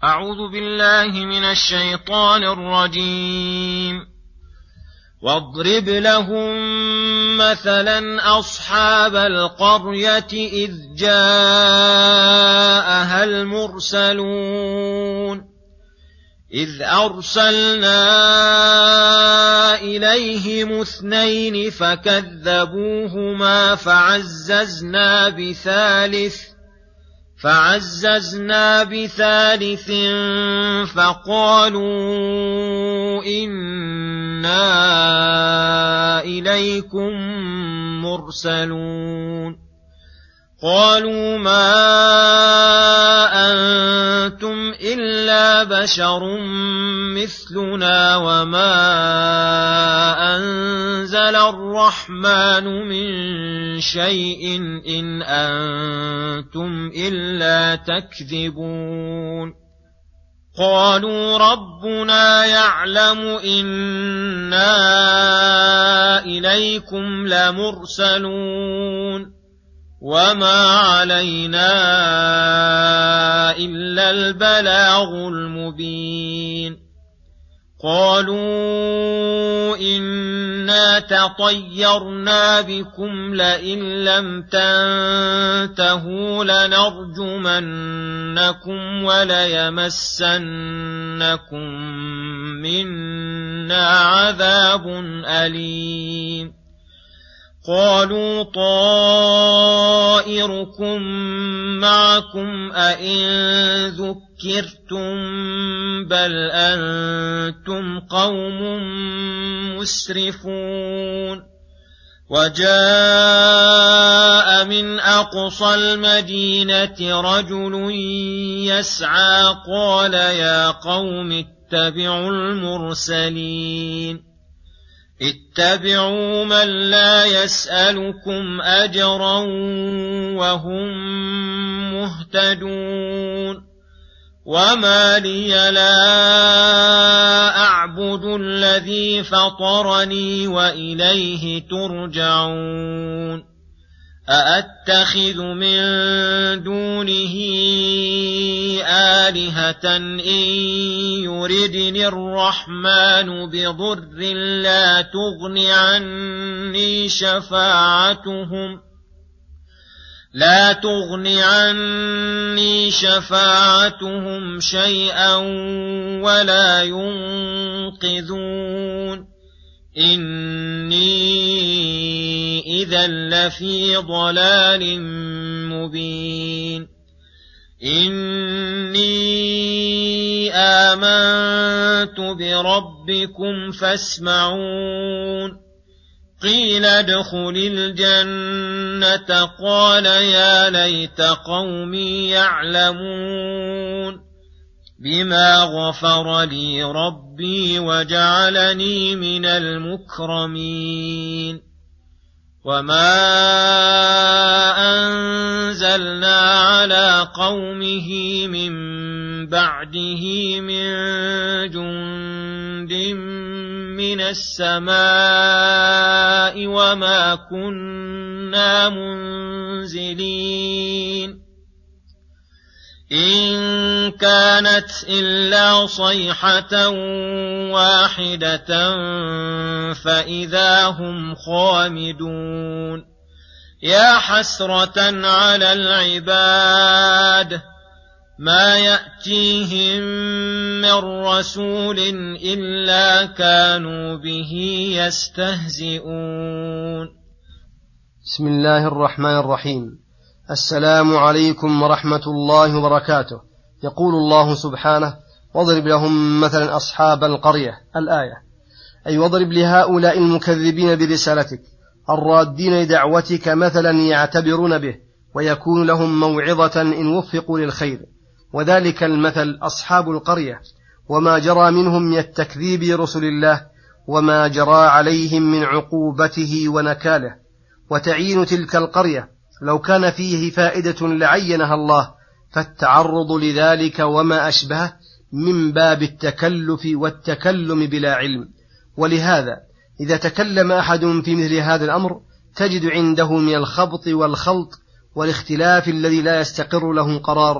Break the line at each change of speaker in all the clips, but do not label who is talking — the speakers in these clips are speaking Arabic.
أعوذ بالله من الشيطان الرجيم. واضرب لهم مثلا أصحاب القرية إذ جاءها المرسلون إذ أرسلنا إليهم 2 فكذبوهما فعززنا بثالث فقالوا إنا إليكم مرسلون قالوا ما أنتم إلا بشر مثلنا وما أنزل الرحمن من شيء إن أنتم إلا تكذبون قالوا ربنا يعلم إنا إليكم لمرسلون وما علينا إلا البلاغ المبين قالوا إنا تطيرنا بكم لئن لم تنتهوا لنرجمنكم وليمسنكم منا عذاب أليم قالوا طائركم معكم أئن ذكرتم بل أنتم قوم مسرفون وجاء من أقصى المدينة رجل يسعى قال يا قوم اتبعوا المرسلين اتبعوا من لا يسألكم أجرا وهم مهتدون وما لي لا أعبد الذي فطرني وإليه ترجعون أأتخذ من دونه آلهة إن يردني الرحمن بضر لا تغن عني شفاعتهم شيئا ولا ينقذون إني إذا لفي ضلال مبين إني آمنت بربكم فاسمعون قيل ادخل الجنة قال يا ليت قومي يعلمون بما غفر لي ربي وجعلني من المكرمين وما أنزلنا على قومه من بعده من جند من السماء وما كنا منزلين إن كانت إلا صيحة واحدة فإذا هم خامدون يا حسرة على العباد ما يأتيهم من رسول إلا كانوا به يستهزئون.
بسم الله الرحمن الرحيم. السلام عليكم ورحمة الله وبركاته. يقول الله سبحانه واضرب لهم مثلا أصحاب القرية الآية، أي واضرب لهؤلاء المكذبين برسالتك الرادين لدعوتك مثلا يعتبرون به ويكون لهم موعظة إن وفقوا للخير، وذلك المثل أصحاب القرية وما جرى منهم من التكذيب برسل الله وما جرى عليهم من عقوبته ونكاله. وتعيين تلك القرية لو كان فيه فائدة لعينها الله، فالتعرض لذلك وما أشبهه من باب التكلف والتكلم بلا علم. ولهذا إذا تكلم أحد في مثل هذا الأمر تجد عنده من الخبط والخلط والاختلاف الذي لا يستقر له قرار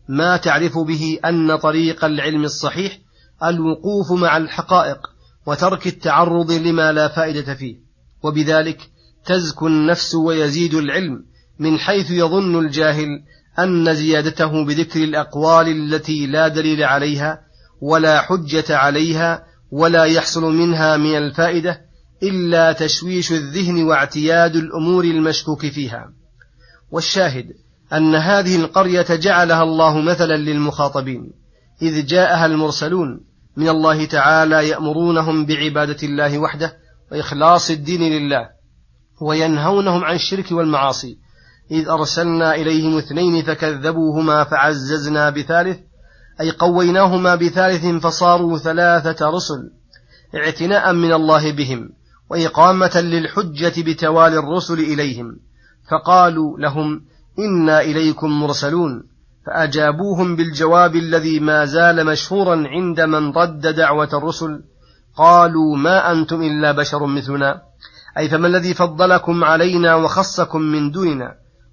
ما تعرف به أن طريق العلم الصحيح الوقوف مع الحقائق وترك التعرض لما لا فائدة فيه، وبذلك تزكو النفس ويزيد العلم، من حيث يظن الجاهل أن زيادته بذكر الأقوال التي لا دليل عليها ولا حجة عليها ولا يحصل منها من الفائدة إلا تشويش الذهن واعتياد الأمور المشكوك فيها. والشاهد أن هذه القرية جعلها الله مثلا للمخاطبين، إذ جاءها المرسلون من الله تعالى يأمرونهم بعبادة الله وحده وإخلاص الدين لله، وينهونهم عن الشرك والمعاصي، إذ أرسلنا إليهم 2 فكذبوهما فعززنا بثالث، أي قويناهما بثالث فصاروا 3 رسل، اعتناء من الله بهم وإقامة للحجة بتوالي الرسل إليهم، فقالوا لهم إنا إليكم مرسلون، فأجابوهم بالجواب الذي ما زال مشهورا عند من رد دعوة الرسل، قالوا ما أنتم إلا بشر مثلنا، أي فما الذي فضلكم علينا وخصكم من دوننا؟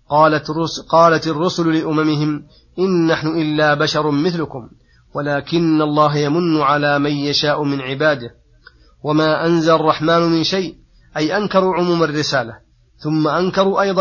قالت الرسل لأممهم إن نحن إلا بشر مثلكم ولكن الله يمن على من يشاء من عباده، وما أنزل الرحمن من شيء، أي أنكروا عموم الرسالة، ثم أنكروا أيضا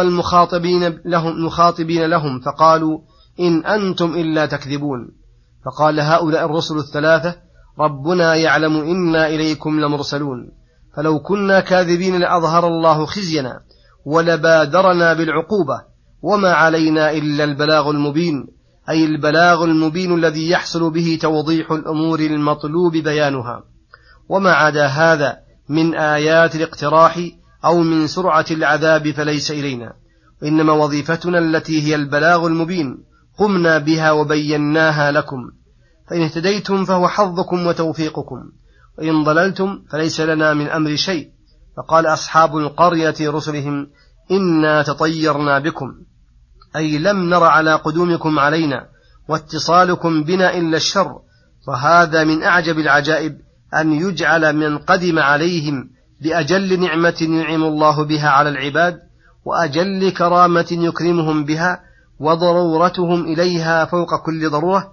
المخاطبين لهم فقالوا إن أنتم إلا تكذبون. فقال هؤلاء الرسل 3 ربنا يعلم إنا إليكم لمرسلون، فلو كنا كاذبين لأظهر الله خزينا ولبادرنا بالعقوبة، وما علينا إلا البلاغ المبين، أي البلاغ المبين الذي يحصل به توضيح الأمور المطلوب بيانها، وما عدا هذا من آيات الاقتراح أو من سرعة العذاب فليس إلينا، وإنما وظيفتنا التي هي البلاغ المبين قمنا بها وبيناها لكم، فإن اهتديتم فهو حظكم وتوفيقكم، وإن ضللتم فليس لنا من أمر شيء. فقال أصحاب القرية رسلهم إنا تطيرنا بكم، أي لم نر على قدومكم علينا واتصالكم بنا إلا الشر، وهذا من أعجب العجائب أن يجعل من قدم عليهم بأجل نعمة ينعم الله بها على العباد وأجل كرامة يكرمهم بها وضرورتهم إليها فوق كل ضرورة،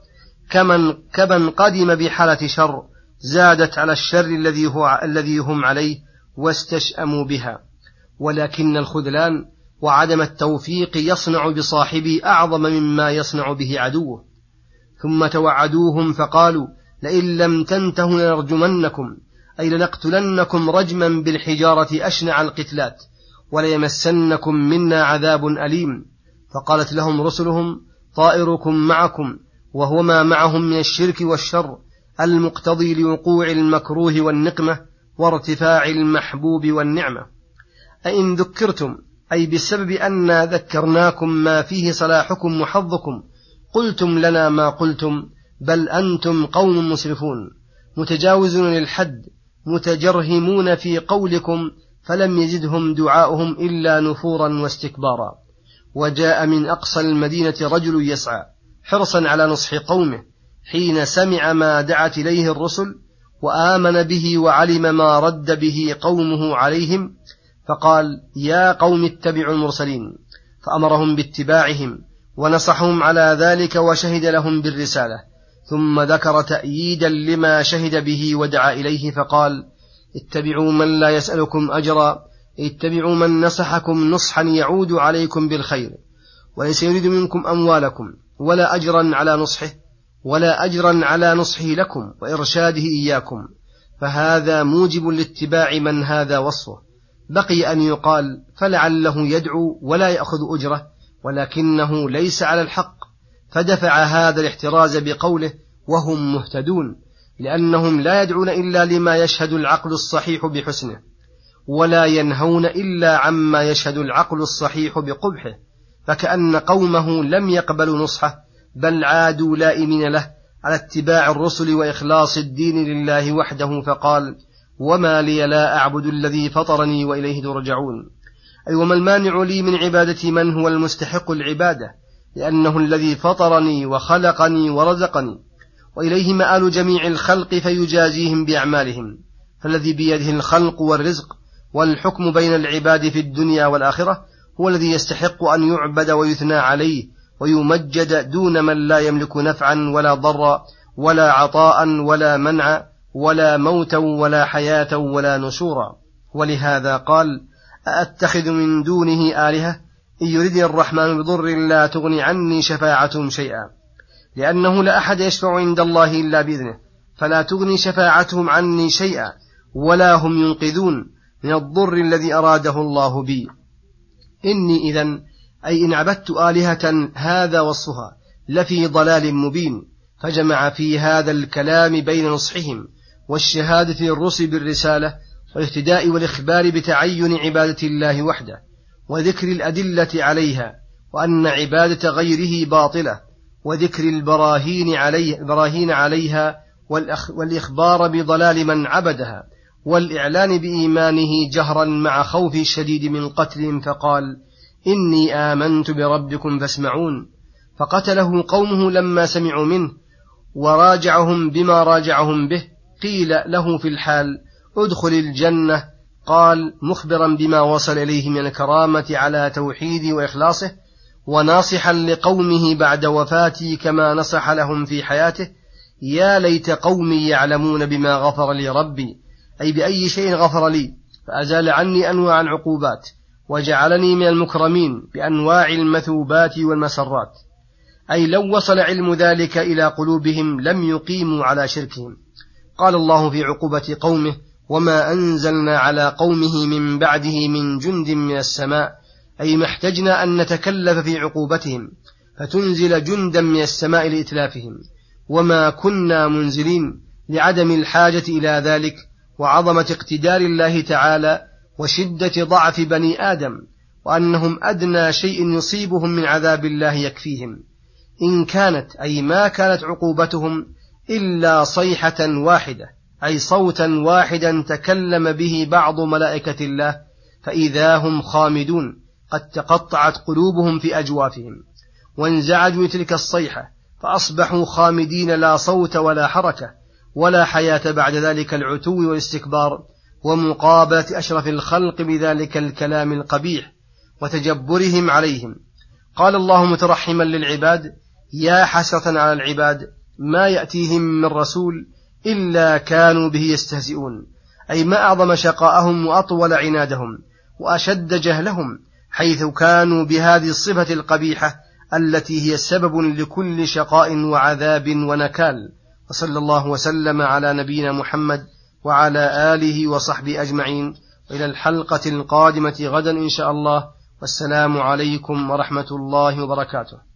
كمن قدم بحالة شر زادت على الشر الذي هم عليه واستشأموا بها. ولكن الخذلان وعدم التوفيق يصنع بصاحبه أعظم مما يصنع به عدوه. ثم توعدوهم فقالوا لئن لم تنتهوا لنرجمنكم، أي لنقتلنكم رجما بالحجارة أشنع القتلات، وليمسنكم منا عذاب أليم. فقالت لهم رسلهم طائركم معكم، وهو ما معهم من الشرك والشر المقتضي لوقوع المكروه والنقمة وارتفاع المحبوب والنعمة. أئن ذكرتم، أي بسبب أن ذكرناكم ما فيه صلاحكم وحظكم، قلتم لنا ما قلتم، بل أنتم قوم مسرفون متجاوزون للحد متجرهمون في قولكم، فلم يزدهم دعاؤهم إلا نفورا واستكبارا. وجاء من أقصى المدينة رجل يسعى حرصا على نصح قومه، حين سمع ما دعت إليه الرسل وآمن به وعلم ما رد به قومه عليهم، فقال يا قوم اتبعوا المرسلين، فأمرهم باتباعهم ونصحهم على ذلك وشهد لهم بالرسالة، ثم ذكر تأييدا لما شهد به ودعا إليه فقال اتبعوا من لا يسألكم أجرا، اتبعوا من نصحكم نصحا يعود عليكم بالخير، وليس يريد منكم أموالكم ولا أجرا على نصحه لكم وإرشاده إياكم، فهذا موجب لاتباع من هذا وصفه. بقي أن يقال فلعله يدعو ولا يأخذ أجره، ولكنه ليس على الحق، فدفع هذا الاحتراز بقوله وهم مهتدون، لأنهم لا يدعون إلا لما يشهد العقل الصحيح بحسنه، ولا ينهون إلا عما يشهد العقل الصحيح بقبحه، فكأن قومه لم يقبلوا نصحه، بل عادوا لائمين له على اتباع الرسل وإخلاص الدين لله وحده، فقال وما لي لا أعبد الذي فطرني وإليه ترجعون، أي وما المانع لي من عبادة من هو المستحق العبادة، لأنه الذي فطرني وخلقني ورزقني، وإليه مآل جميع الخلق فيجازيهم بأعمالهم، فالذي بيده الخلق والرزق والحكم بين العباد في الدنيا والآخرة هو الذي يستحق أن يعبد ويثنى عليه ويمجد دون من لا يملك نفعا ولا ضرا ولا عطاء ولا منع ولا موتا ولا حياة ولا نشورا. ولهذا قال: أأتخذ من دونه آلهة إن يردني الرحمن بضر لا تغني عني شفاعتهم شيئا، لأنه لا أحد يشفع عند الله إلا بإذنه، فلا تغني شفاعتهم عني شيئا ولا هم ينقذون من الضر الذي أراده الله بي. إني إذن أي إن عبدت آلهة هذا وصفها لفي ضلال مبين. فجمع في هذا الكلام بين نصحهم والشهادة للرسل بالرسالة والاهتداء والإخبار بتعين عبادة الله وحده وذكر الأدلة عليها وأن عبادة غيره باطلة وذكر البراهين عليها والإخبار بضلال من عبدها والإعلان بإيمانه جهرا مع خوف الشديد من قتلهم، فقال: إني آمنت بربكم فاسمعون. فقتله قومه لما سمعوا منه وراجعهم بما راجعهم به. قيل له في الحال: ادخل الجنة. قال مخبرا بما وصل إليه من الكرامة على توحيده وإخلاصه وناصحا لقومه بعد وفاته كما نصح لهم في حياته: يا ليت قومي يعلمون بما غفر لي ربي، أي بأي شيء غفر لي فأزال عني أنواع العقوبات وجعلني من المكرمين بأنواع المثوبات والمسرات. أي لو وصل علم ذلك إلى قلوبهم لم يقيموا على شركهم. قال الله في عقوبة قومه: وما أنزلنا على قومه من بعده من جند من السماء، أي ما احتجنا أن نتكلف في عقوبتهم فتنزل جندا من السماء لإتلافهم، وما كنا منزلين لعدم الحاجة إلى ذلك وعظمة اقتدار الله تعالى وشدة ضعف بني آدم، وأنهم أدنى شيء يصيبهم من عذاب الله يكفيهم. إن كانت أي ما كانت عقوبتهم إلا صيحة واحدة، أي صوتا واحدا تكلم به بعض ملائكة الله، فإذا هم خامدون قد تقطعت قلوبهم في أجوافهم وانزعجوا تلك الصيحة فأصبحوا خامدين لا صوت ولا حركة ولا حياة بعد ذلك العتو والاستكبار ومقابلة أشرف الخلق بذلك الكلام القبيح وتجبرهم عليهم. قال الله مترحما للعباد: يا حسرة على العباد ما يأتيهم من رسول إلا كانوا به يستهزئون، أي ما أعظم شقاءهم وأطول عنادهم وأشد جهلهم، حيث كانوا بهذه الصفة القبيحة التي هي سبب لكل شقاء وعذاب ونكال. وصلى الله وسلم على نبينا محمد وعلى آله وصحبه أجمعين، وإلى الحلقة القادمة غدا إن شاء الله، والسلام عليكم ورحمة الله وبركاته.